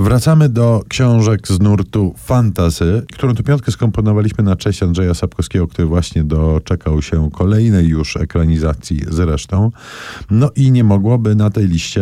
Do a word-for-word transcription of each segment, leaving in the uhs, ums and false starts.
Wracamy do książek z nurtu fantasy, którą tu piątkę skomponowaliśmy na cześć Andrzeja Sapkowskiego, który właśnie doczekał się kolejnej już ekranizacji zresztą. No i nie mogłoby na tej liście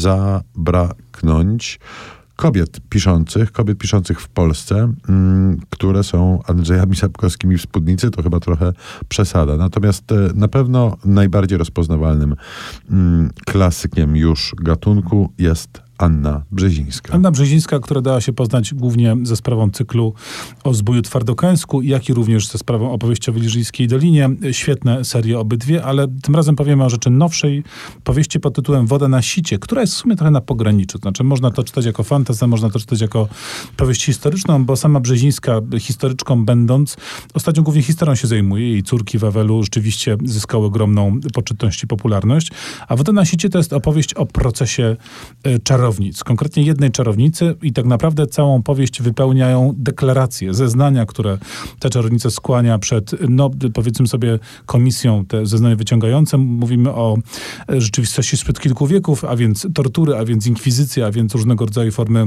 zabraknąć kobiet piszących, kobiet piszących w Polsce, mm, które są Andrzejami Sapkowskimi w spódnicy, to chyba trochę przesada. Natomiast e, na pewno najbardziej rozpoznawalnym mm, klasykiem już gatunku jest Anna Brzezińska. Anna Brzezińska, która dała się poznać głównie ze sprawą cyklu o zbóju Twardokęsku, jak i również ze sprawą opowieści o Wiliżyjskiej Dolinie. Świetne serie obydwie, ale tym razem powiemy o rzeczy nowszej, powieści pod tytułem Woda na sicie, która jest w sumie trochę na pograniczu. To znaczy można to czytać jako fantazję, można to czytać jako powieść historyczną, bo sama Brzezińska, historyczką będąc, ostatnio głównie historią się zajmuje. Jej córki Wawelu rzeczywiście zyskały ogromną poczytność i popularność. A Woda na sicie to jest opowieść o procesie y, czarownic. Konkretnie jednej czarownicy i tak naprawdę całą powieść wypełniają deklaracje, zeznania, które ta czarownica skłania przed, no powiedzmy sobie, komisją, te zeznania wyciągające. Mówimy o rzeczywistości sprzed kilku wieków, a więc tortury, a więc inkwizycja, a więc różnego rodzaju formy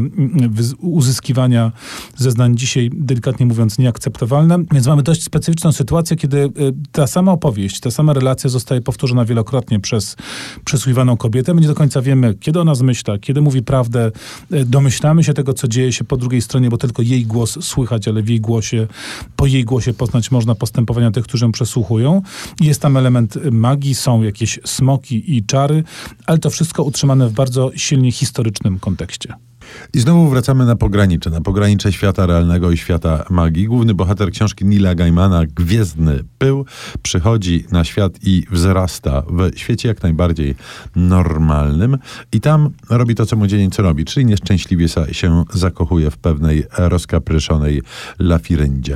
uzyskiwania zeznań dzisiaj, delikatnie mówiąc, nieakceptowalne. Więc mamy dość specyficzną sytuację, kiedy ta sama opowieść, ta sama relacja zostaje powtórzona wielokrotnie przez przesłuchiwaną kobietę. My nie do końca wiemy, kiedy ona zmyśla, kiedy mówi prawdę, domyślamy się tego, co dzieje się po drugiej stronie, bo tylko jej głos słychać, ale w jej głosie, po jej głosie poznać można postępowania tych, którzy ją przesłuchują. Jest tam element magii, są jakieś smoki i czary, ale to wszystko utrzymane w bardzo silnie historycznym kontekście. I znowu wracamy na pogranicze, na pogranicze świata realnego i świata magii. Główny bohater książki Neila Gaimana, Gwiezdny Pył, przychodzi na świat i wzrasta w świecie jak najbardziej normalnym i tam robi to, co młodzieniec robi, czyli nieszczęśliwie się zakochuje w pewnej rozkapryszonej Lafiryndzie.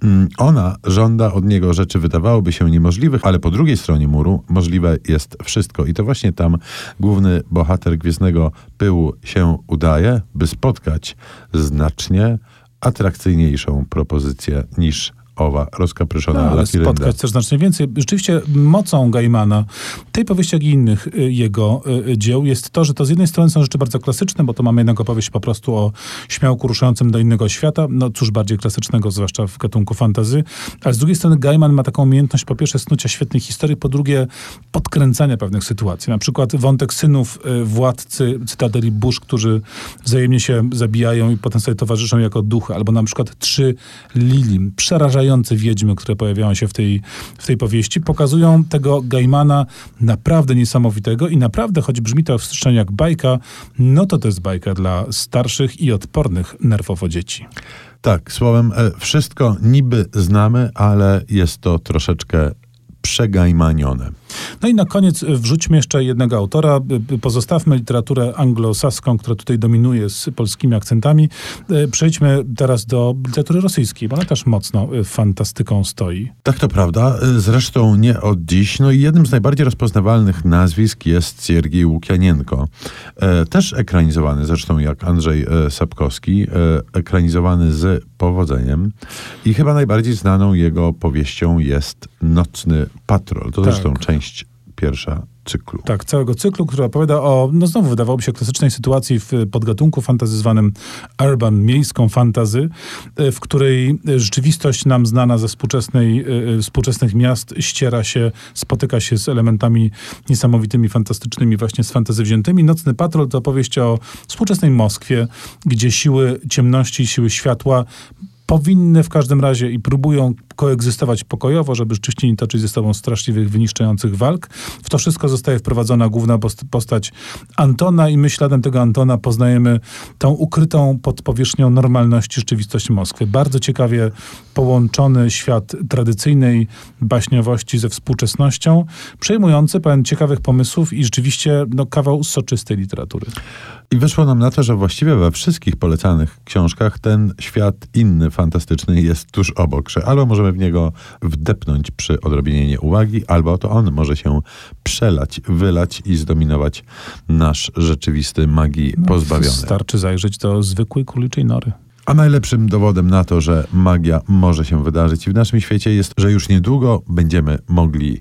Ona żąda od niego rzeczy, wydawałoby się niemożliwych, ale po drugiej stronie muru możliwe jest wszystko. I to właśnie tam główny bohater Gwiezdnego Pyłu się udaje, by spotkać znacznie atrakcyjniejszą propozycję niż owa rozkapryszona no, ale Lafirynda. Spotkać też znacznie więcej. Rzeczywiście mocą Gaimana, tej powieści, jak i innych jego y, dzieł, jest to, że to z jednej strony są rzeczy bardzo klasyczne, bo to mamy jednak opowieść po prostu o śmiałku ruszającym do innego świata, no cóż bardziej klasycznego, zwłaszcza w gatunku fantasy, ale z drugiej strony Gaiman ma taką umiejętność, po pierwsze snucia świetnej historii, po drugie podkręcania pewnych sytuacji. Na przykład wątek synów y, władcy Cytadeli Bush, którzy wzajemnie się zabijają i potem sobie towarzyszą jako duchy, albo na przykład trzy Lili, przerażające wiedźmy, które pojawiają się w tej, w tej powieści, pokazują tego Gaimana naprawdę niesamowitego i naprawdę, choć brzmi to wstrzyczanie jak bajka, no to to jest bajka dla starszych i odpornych nerwowo dzieci. Tak, słowem, wszystko niby znamy, ale jest to troszeczkę przegajmanione. No i na koniec wrzućmy jeszcze jednego autora. Pozostawmy literaturę anglosaską, która tutaj dominuje z polskimi akcentami. Przejdźmy teraz do literatury rosyjskiej, bo ona też mocno fantastyką stoi. Tak, to prawda. Zresztą nie od dziś. No i jednym z najbardziej rozpoznawalnych nazwisk jest Siergiej Łukianienko. Też ekranizowany, zresztą jak Andrzej Sapkowski, ekranizowany z powodzeniem. I chyba najbardziej znaną jego powieścią jest Nocny Patrol. To tak. Zresztą część pierwsza cyklu. Tak, całego cyklu, który opowiada o, no znowu wydawałoby się, klasycznej sytuacji w podgatunku fantasy zwanym urban, miejską fantasy, w której rzeczywistość nam znana ze współczesnej, współczesnych miast ściera się, spotyka się z elementami niesamowitymi, fantastycznymi, właśnie z fantasy wziętymi. Nocny Patrol to opowieść o współczesnej Moskwie, gdzie siły ciemności, siły światła powinny w każdym razie i próbują koegzystować pokojowo, żeby rzeczywiście nie toczyć ze sobą straszliwych, wyniszczających walk. W to wszystko zostaje wprowadzona główna postać Antona i my śladem tego Antona poznajemy tą ukrytą pod powierzchnią normalności rzeczywistość Moskwy. Bardzo ciekawie połączony świat tradycyjnej baśniowości ze współczesnością, przejmujący pełen ciekawych pomysłów i rzeczywiście no, kawał soczystej literatury. I wyszło nam na to, że właściwie we wszystkich polecanych książkach ten świat inny, fantastyczny jest tuż obok, że albo możemy w niego wdepnąć przy odrobinie nieuwagi, albo to on może się przelać, wylać i zdominować nasz rzeczywisty magii no, pozbawiony. Starczy zajrzeć do zwykłej króliczej nory. A najlepszym dowodem na to, że magia może się wydarzyć w naszym świecie jest, że już niedługo będziemy mogli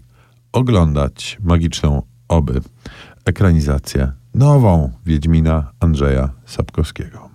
oglądać magiczną oby ekranizację nową Wiedźmina Andrzeja Sapkowskiego.